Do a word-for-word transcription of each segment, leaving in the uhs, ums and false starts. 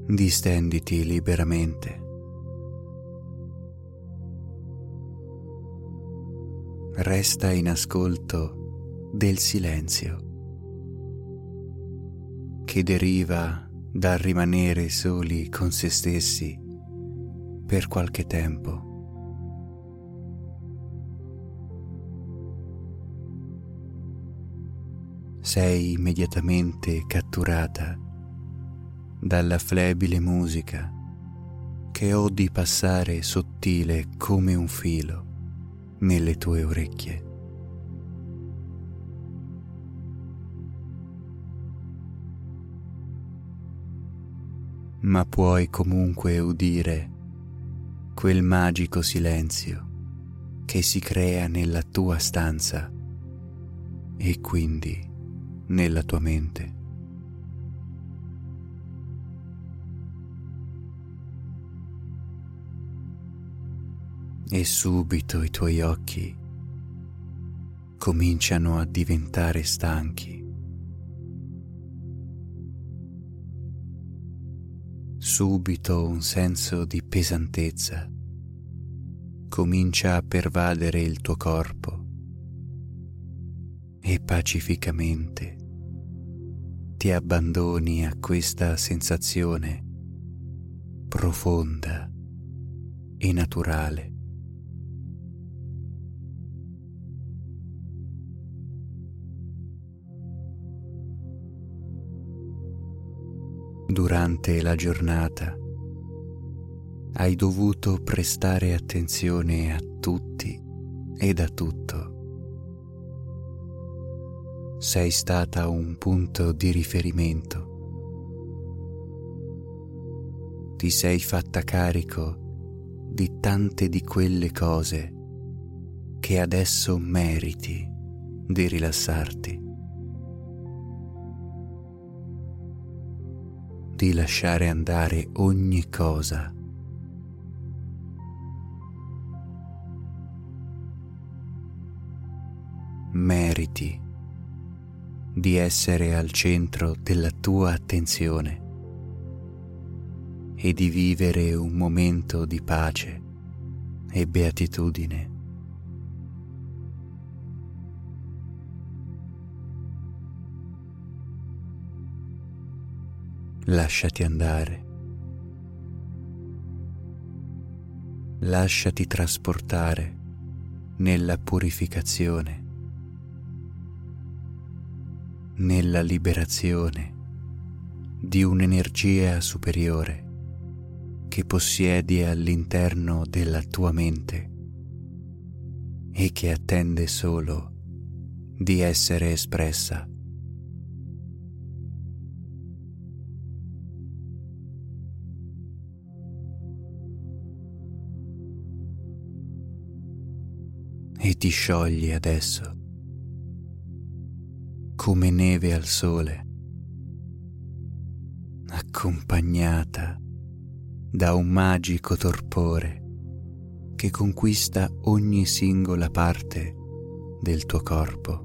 distenditi liberamente. Resta in ascolto del silenzio che deriva dal rimanere soli con se stessi per qualche tempo. Sei immediatamente catturata dalla flebile musica che odi passare sottile come un filo nelle tue orecchie. Ma puoi comunque udire quel magico silenzio che si crea nella tua stanza e quindi nella tua mente. E subito i tuoi occhi cominciano a diventare stanchi. Subito un senso di pesantezza comincia a pervadere il tuo corpo e pacificamente ti abbandoni a questa sensazione profonda e naturale. Durante la giornata hai dovuto prestare attenzione a tutti ed a tutto. Sei stata un punto di riferimento. Ti sei fatta carico di tante di quelle cose che adesso meriti di rilassarti, di lasciare andare ogni cosa. Meriti di essere al centro della tua attenzione e di vivere un momento di pace e beatitudine. Lasciati andare. Lasciati trasportare nella purificazione, nella liberazione di un'energia superiore che possiedi all'interno della tua mente e che attende solo di essere espressa. E ti sciogli adesso come neve al sole, accompagnata da un magico torpore che conquista ogni singola parte del tuo corpo.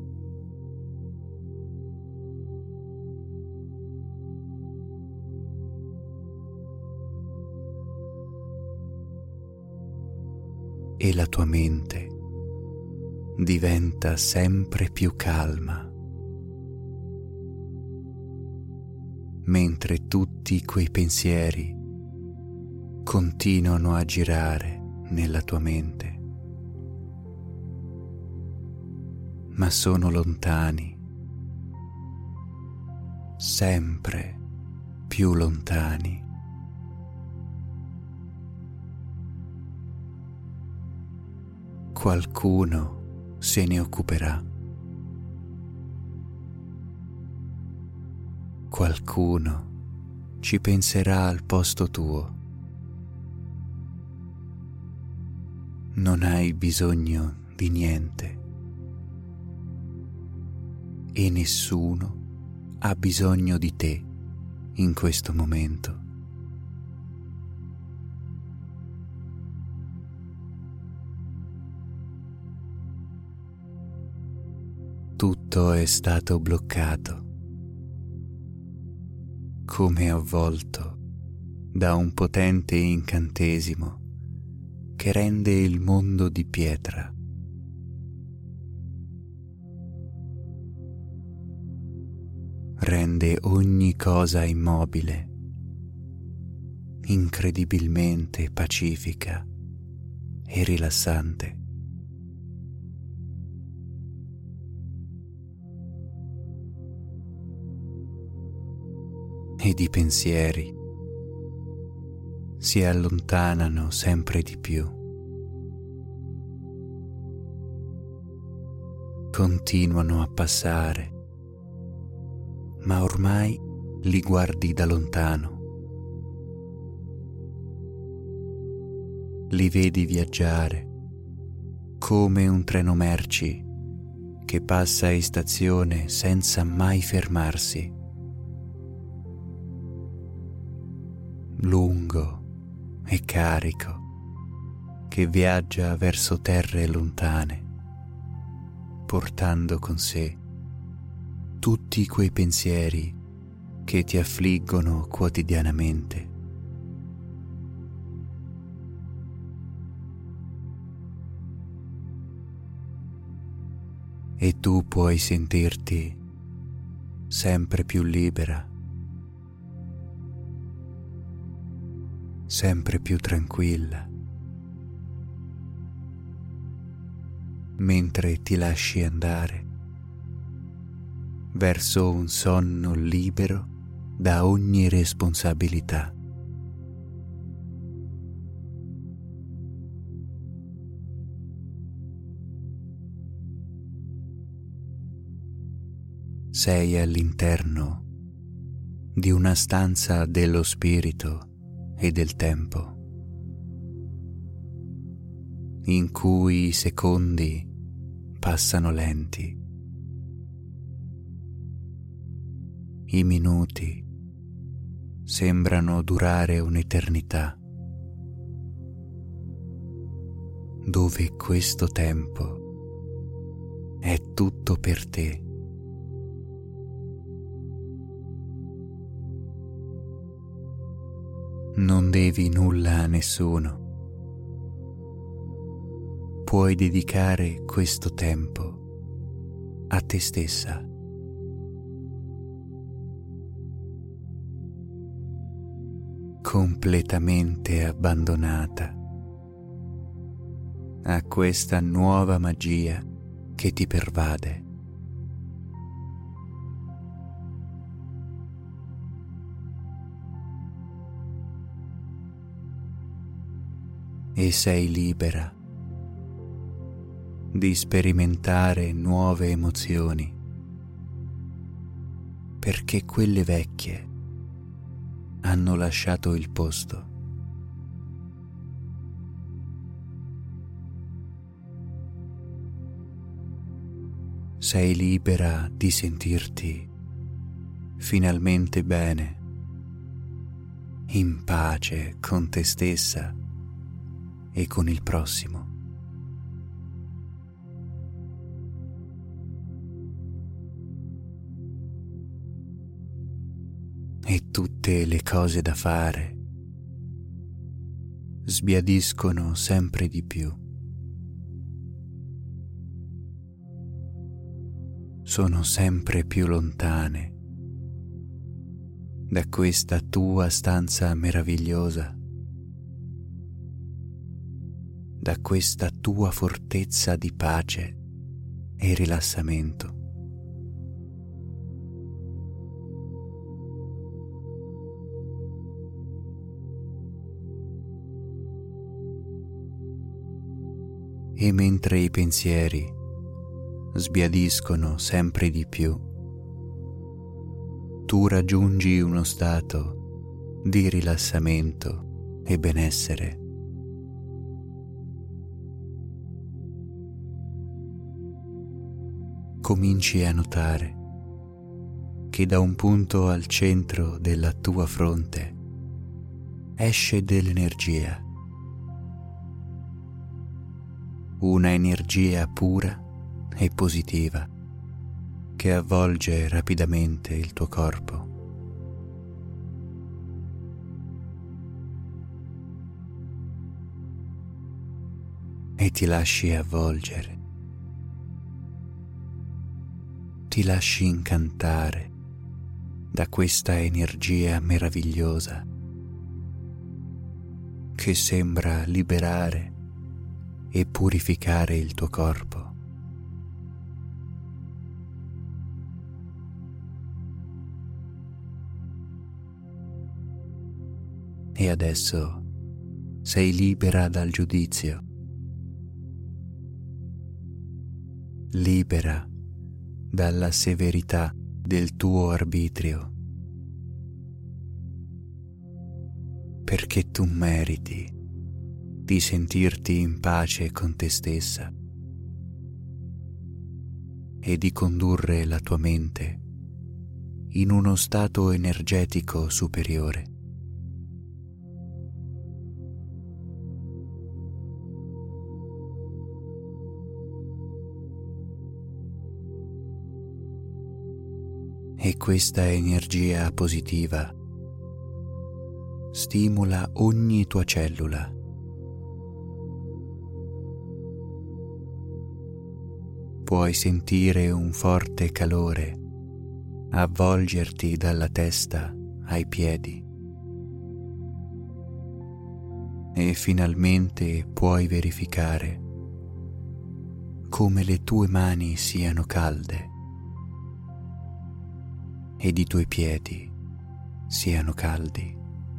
E la tua mente diventa sempre più calma, mentre tutti quei pensieri continuano a girare nella tua mente, ma sono lontani, sempre più lontani. Qualcuno se ne occuperà. Qualcuno ci penserà al posto tuo. Non hai bisogno di niente e nessuno ha bisogno di te in questo momento. Tutto è stato bloccato, come avvolto da un potente incantesimo che rende il mondo di pietra. Rende ogni cosa immobile, incredibilmente pacifica e rilassante. Ed i pensieri si allontanano sempre di più. Continuano a passare, ma ormai li guardi da lontano. Li vedi viaggiare come un treno merci che passa in stazione senza mai fermarsi. Lungo e carico, che viaggia verso terre lontane, portando con sé tutti quei pensieri che ti affliggono quotidianamente. E tu puoi sentirti sempre più libera, sempre più tranquilla, mentre ti lasci andare verso un sonno libero da ogni responsabilità. Sei all'interno di una stanza dello spirito e del tempo, in cui i secondi passano lenti, i minuti sembrano durare un'eternità, dove questo tempo è tutto per te. Non devi nulla a nessuno. Puoi dedicare questo tempo a te stessa. Completamente abbandonata a questa nuova magia che ti pervade. E sei libera di sperimentare nuove emozioni, perché quelle vecchie hanno lasciato il posto. Sei libera di sentirti finalmente bene, in pace con te stessa e con il prossimo. E tutte le cose da fare sbiadiscono sempre di più. Sono sempre più lontane da questa tua stanza meravigliosa, da questa tua fortezza di pace e rilassamento. E mentre i pensieri sbiadiscono sempre di più, tu raggiungi uno stato di rilassamento e benessere. Cominci a notare che da un punto al centro della tua fronte esce dell'energia, una energia pura e positiva che avvolge rapidamente il tuo corpo. e ti lasci avvolgere, ti lasci incantare da questa energia meravigliosa che sembra liberare e purificare il tuo corpo. E adesso sei libera dal giudizio, libera dalla severità del tuo arbitrio, perché tu meriti di sentirti in pace con te stessa e di condurre la tua mente in uno stato energetico superiore. E questa energia positiva stimola ogni tua cellula. Puoi sentire un forte calore avvolgerti dalla testa ai piedi e finalmente puoi verificare come le tue mani siano calde ed i tuoi piedi siano caldi.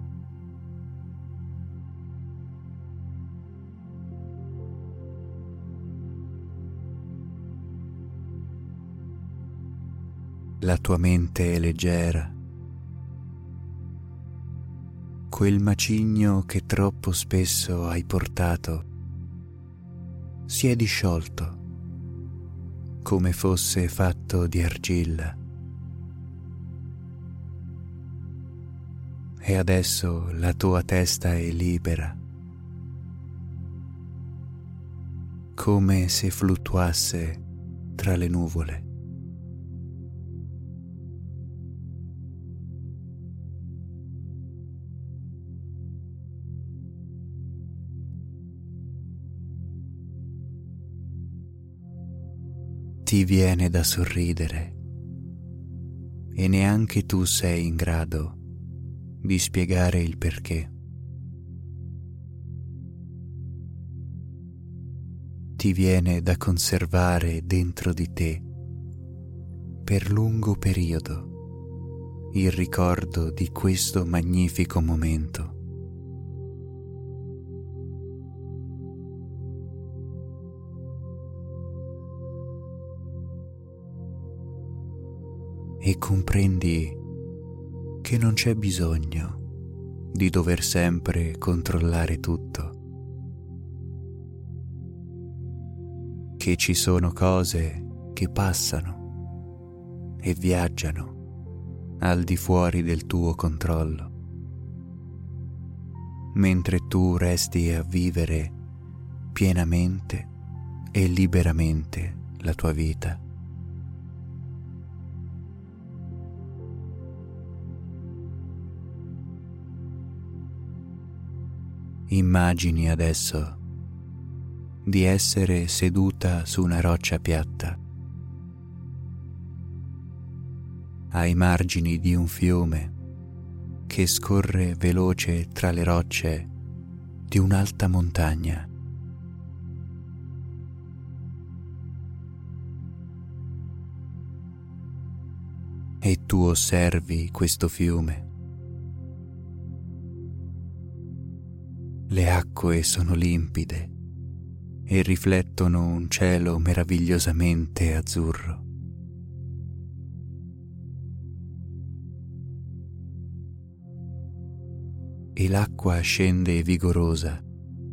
La tua mente è leggera, quel macigno che troppo spesso hai portato si è disciolto come fosse fatto di argilla. E adesso la tua testa è libera, come se fluttuasse tra le nuvole. Ti viene da sorridere e neanche tu sei in grado di spiegare il perché. Ti viene da conservare dentro di te per lungo periodo il ricordo di questo magnifico momento. E comprendi che non c'è bisogno di dover sempre controllare tutto, che ci sono cose che passano e viaggiano al di fuori del tuo controllo, mentre tu resti a vivere pienamente e liberamente la tua vita. Immagini adesso di essere seduta su una roccia piatta, ai margini di un fiume che scorre veloce tra le rocce di un'alta montagna. E tu osservi questo fiume. Le acque sono limpide e riflettono un cielo meravigliosamente azzurro. E l'acqua scende vigorosa.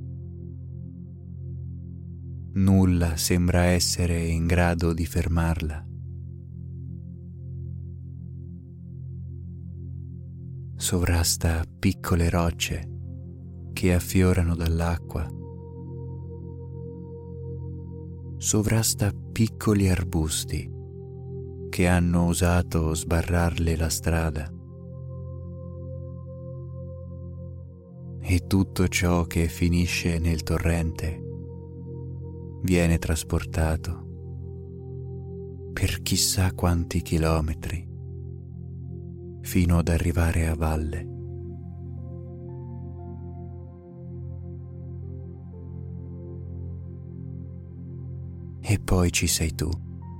Nulla sembra essere in grado di fermarla. Sovrasta piccole rocce che affiorano dall'acqua. Sovrasta piccoli arbusti che hanno osato sbarrarle la strada. E tutto ciò che finisce nel torrente viene trasportato per chissà quanti chilometri fino ad arrivare a valle. E poi ci sei tu,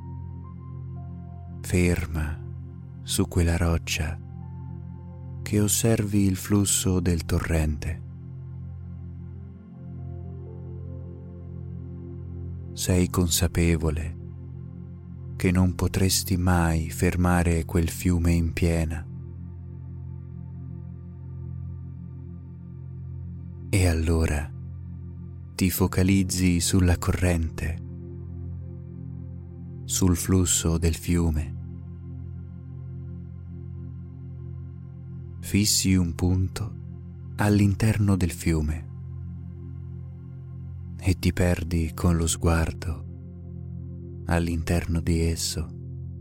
ferma su quella roccia che osservi il flusso del torrente. Sei consapevole che non potresti mai fermare quel fiume in piena. E allora ti focalizzi sulla corrente, sul flusso del fiume. Fissi un punto all'interno del fiume e ti perdi con lo sguardo all'interno di esso.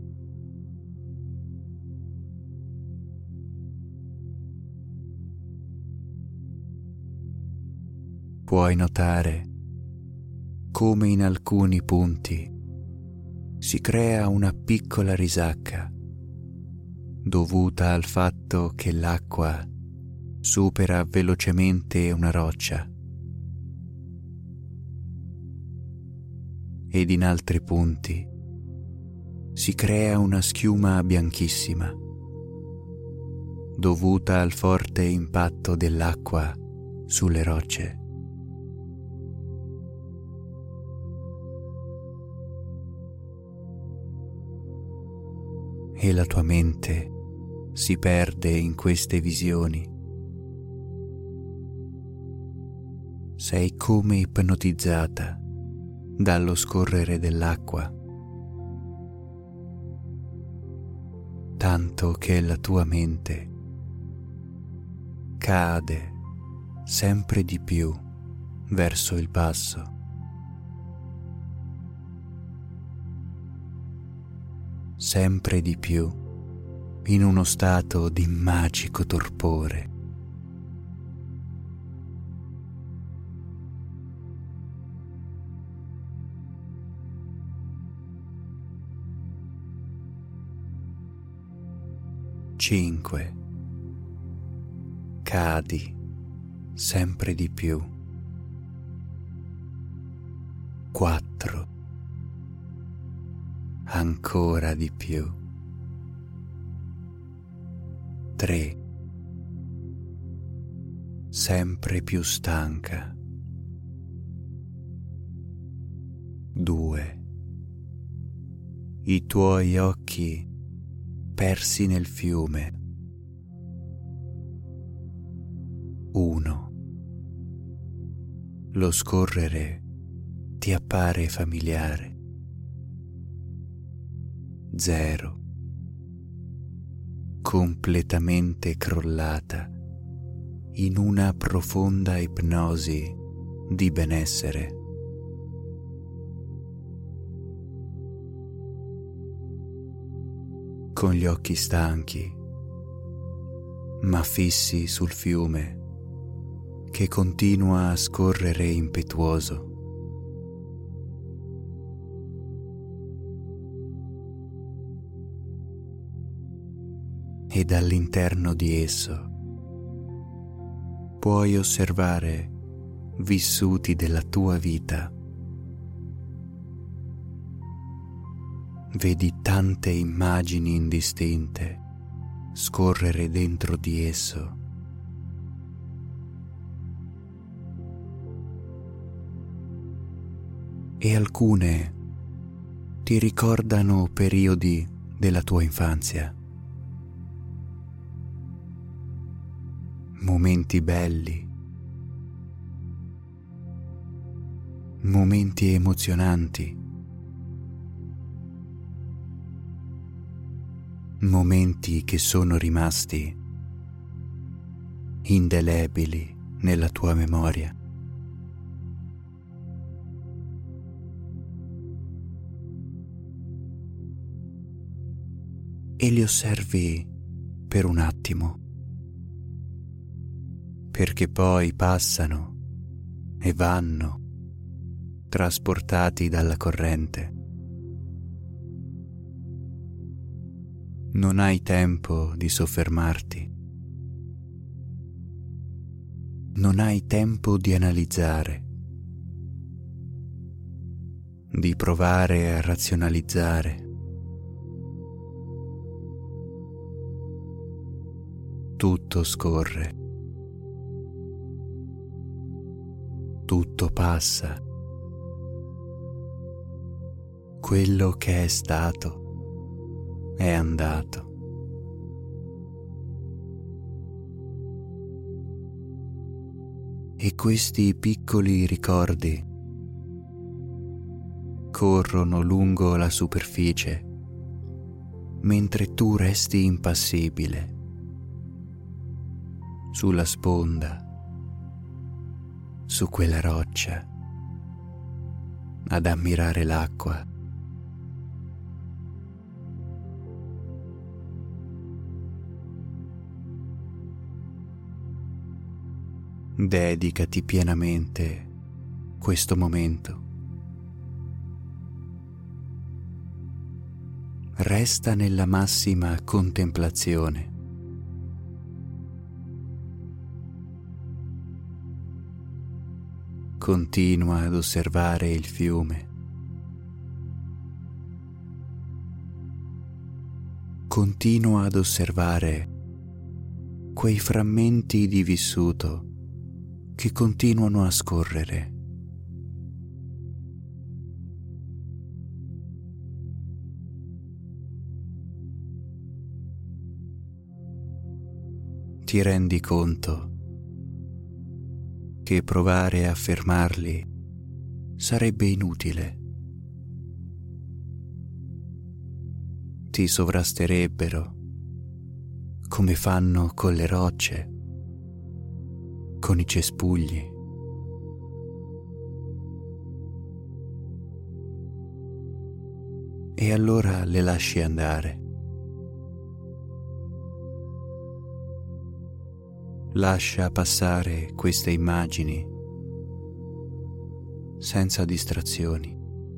Puoi notare come in alcuni punti si crea una piccola risacca dovuta al fatto che l'acqua supera velocemente una roccia, ed in altri punti si crea una schiuma bianchissima dovuta al forte impatto dell'acqua sulle rocce. E la tua mente si perde in queste visioni. Sei come ipnotizzata dallo scorrere dell'acqua, tanto che la tua mente cade sempre di più verso il basso. Sempre di più in uno stato di magico torpore. Cinque. Cadi sempre di più. Quattro. Ancora di più. Tre. Sempre più stanca. Due. I tuoi occhi persi nel fiume. Uno. Lo scorrere ti appare familiare. Zero. Completamente crollata in una profonda ipnosi di benessere. Con gli occhi stanchi, ma fissi sul fiume che continua a scorrere impetuoso. E dall'interno di esso puoi osservare vissuti della tua vita. Vedi tante immagini indistinte scorrere dentro di esso. E alcune ti ricordano periodi della tua infanzia. Momenti belli, momenti emozionanti, momenti che sono rimasti indelebili nella tua memoria. E li osservi per un attimo, perché poi passano e vanno trasportati dalla corrente. Non hai tempo di soffermarti. Non hai tempo di analizzare, di provare a razionalizzare. Tutto scorre, tutto passa. Quello che è stato è andato. E questi piccoli ricordi corrono lungo la superficie mentre tu resti impassibile sulla sponda, su quella roccia, ad ammirare l'acqua. Dedicati pienamente questo momento. Resta nella massima contemplazione. Continua ad osservare il fiume. Continua ad osservare quei frammenti di vissuto che continuano a scorrere. Ti rendi conto che provare a fermarli sarebbe inutile. Ti sovrasterebbero, come fanno con le rocce, con i cespugli. E allora le lasci andare. Lascia passare queste immagini senza distrazioni.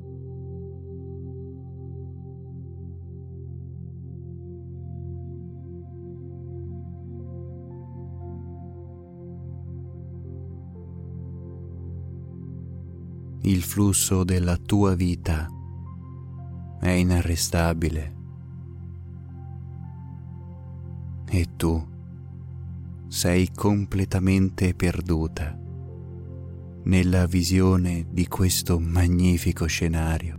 Il flusso della tua vita è inarrestabile e tu sei completamente perduta nella visione di questo magnifico scenario.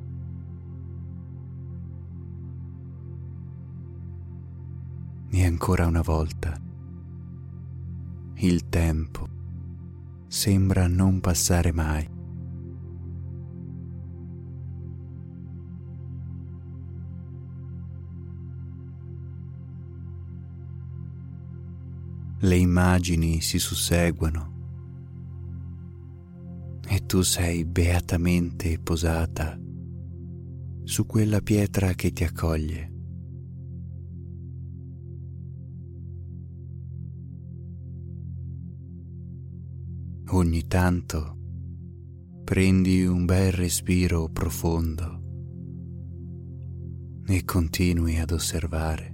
E ancora una volta, il tempo sembra non passare mai. Le immagini si susseguono e tu sei beatamente posata su quella pietra che ti accoglie. Ogni tanto prendi un bel respiro profondo e continui ad osservare.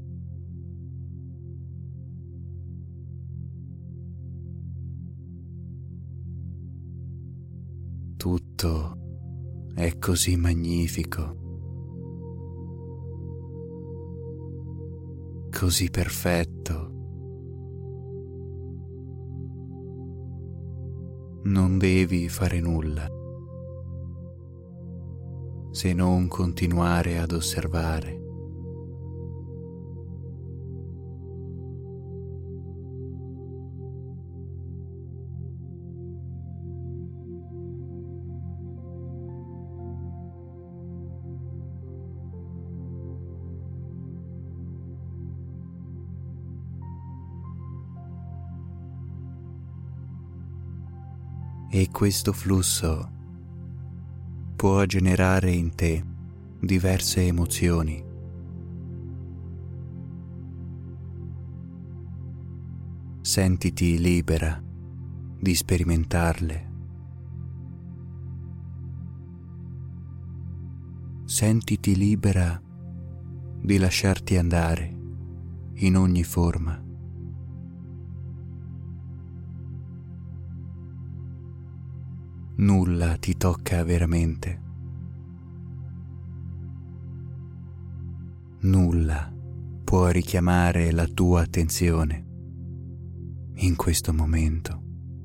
Tutto è così magnifico, così perfetto. Non devi fare nulla se non continuare ad osservare. E questo flusso può generare in te diverse emozioni. Sentiti libera di sperimentarle. sentiti libera di lasciarti andare in ogni forma. Nulla ti tocca veramente. Nulla può richiamare la tua attenzione in questo momento.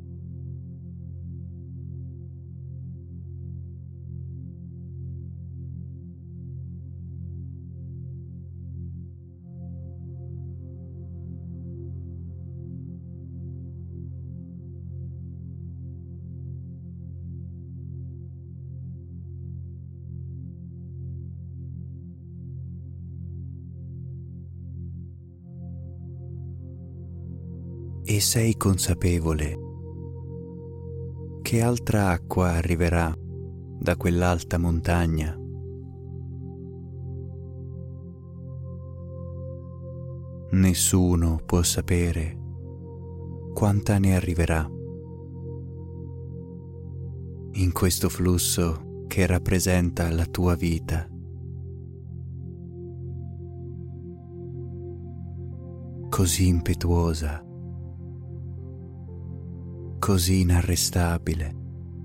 E sei consapevole che altra acqua arriverà da quell'alta montagna. Nessuno può sapere quanta ne arriverà in questo flusso che rappresenta la tua vita. Così impetuosa, così inarrestabile,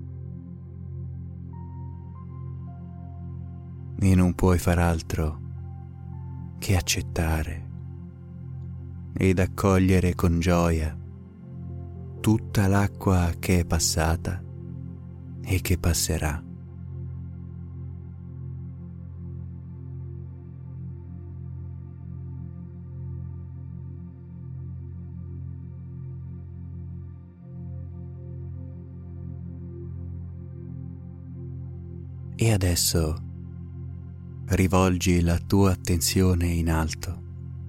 e non puoi far altro che accettare ed accogliere con gioia tutta l'acqua che è passata e che passerà. E adesso rivolgi la tua attenzione in alto,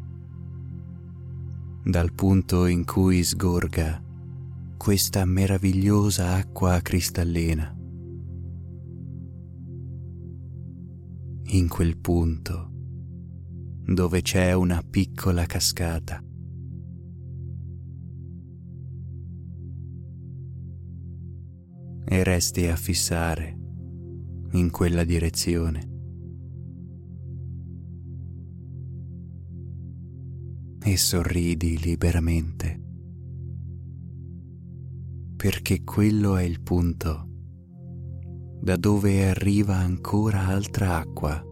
dal punto in cui sgorga questa meravigliosa acqua cristallina. In quel punto dove c'è una piccola cascata. E resti a fissare in quella direzione. E sorridi liberamente, perché quello è il punto da dove arriva ancora altra acqua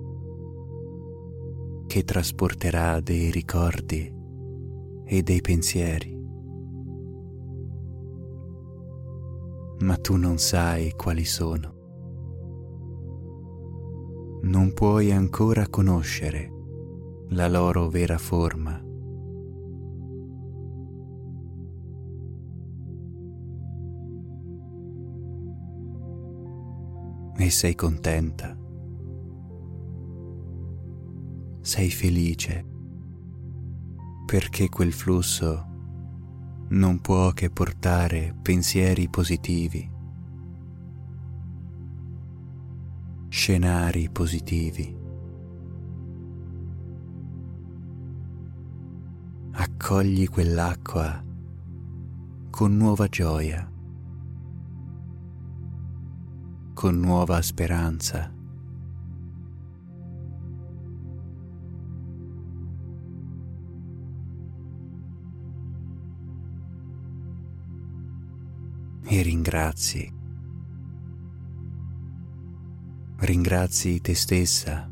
che trasporterà dei ricordi e dei pensieri. Ma tu non sai quali sono. Non puoi ancora conoscere la loro vera forma. E sei contenta, sei felice, perché quel flusso non può che portare pensieri positivi, scenari positivi. Accogli quell'acqua con nuova gioia, con nuova speranza. E ringrazi, ringrazi te stessa,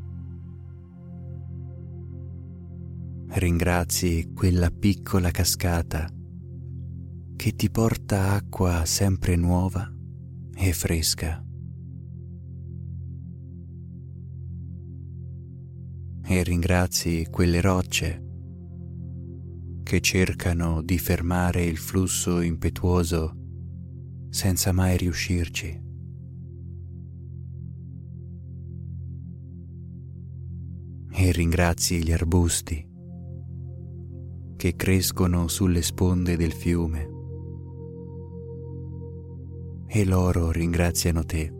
ringrazi quella piccola cascata che ti porta acqua sempre nuova e fresca. E ringrazi quelle rocce che cercano di fermare il flusso impetuoso senza mai riuscirci. E ringrazi gli arbusti che crescono sulle sponde del fiume, e loro ringraziano te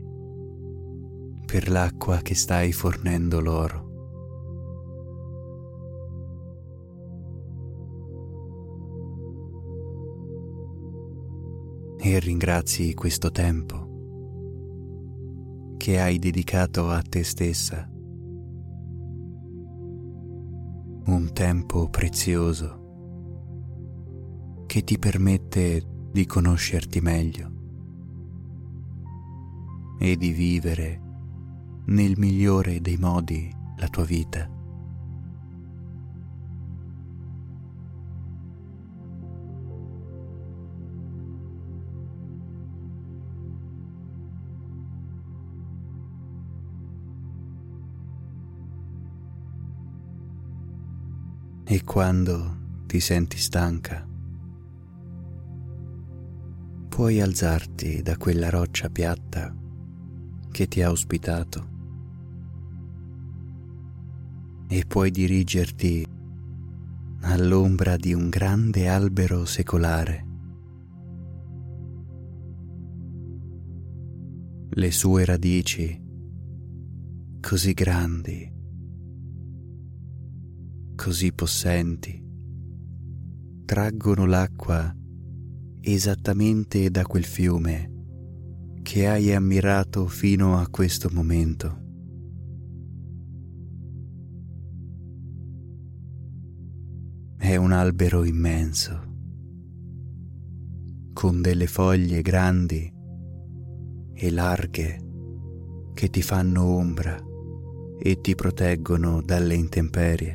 per l'acqua che stai fornendo loro. E ringrazi questo tempo che hai dedicato a te stessa. Un tempo prezioso che ti permette di conoscerti meglio e di vivere nel migliore dei modi la tua vita. E quando ti senti stanca, puoi alzarti da quella roccia piatta che ti ha ospitato e puoi dirigerti all'ombra di un grande albero secolare. Le sue radici, così grandi, così possenti, traggono l'acqua esattamente da quel fiume che hai ammirato fino a questo momento. È un albero immenso, con delle foglie grandi e larghe che ti fanno ombra e ti proteggono dalle intemperie.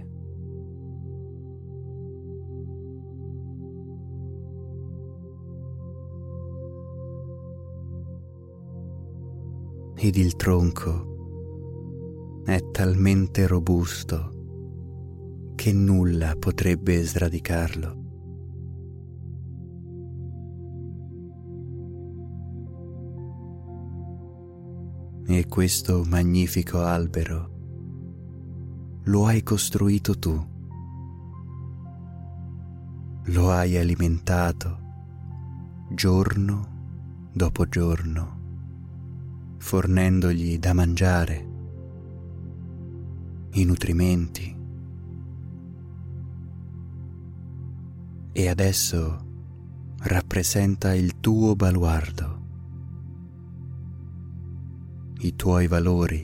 Ed il tronco è talmente robusto che nulla potrebbe sradicarlo. E questo magnifico albero lo hai costruito tu, lo hai alimentato giorno dopo giorno, fornendogli da mangiare, i nutrimenti. E adesso rappresenta il tuo baluardo, i tuoi valori,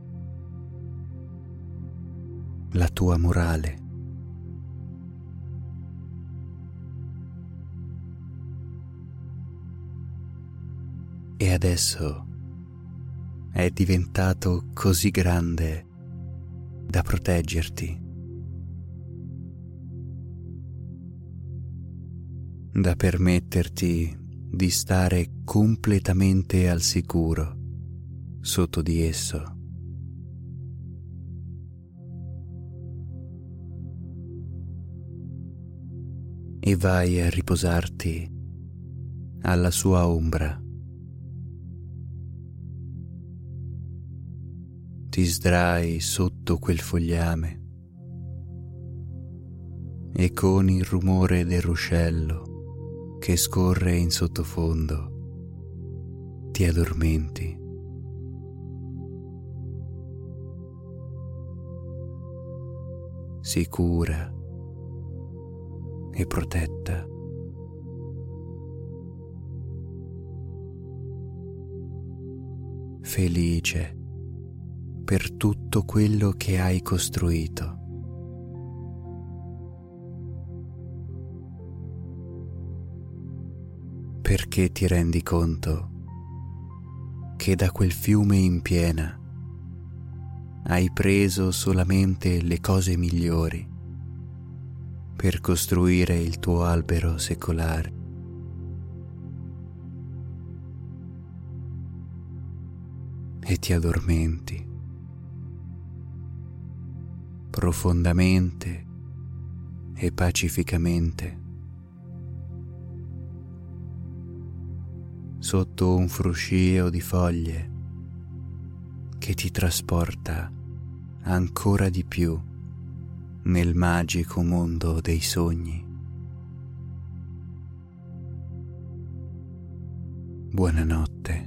la tua morale. E adesso è diventato così grande da proteggerti, da permetterti di stare completamente al sicuro sotto di esso. E vai a riposarti alla sua ombra. Ti sdrai sotto quel fogliame e con il rumore del ruscello che scorre in sottofondo ti addormenti. Sicura e protetta. Felice per tutto quello che hai costruito. Perché ti rendi conto che da quel fiume in piena hai preso solamente le cose migliori per costruire il tuo albero secolare. E ti addormenti profondamente e pacificamente sotto un fruscio di foglie che ti trasporta ancora di più nel magico mondo dei sogni. Buonanotte.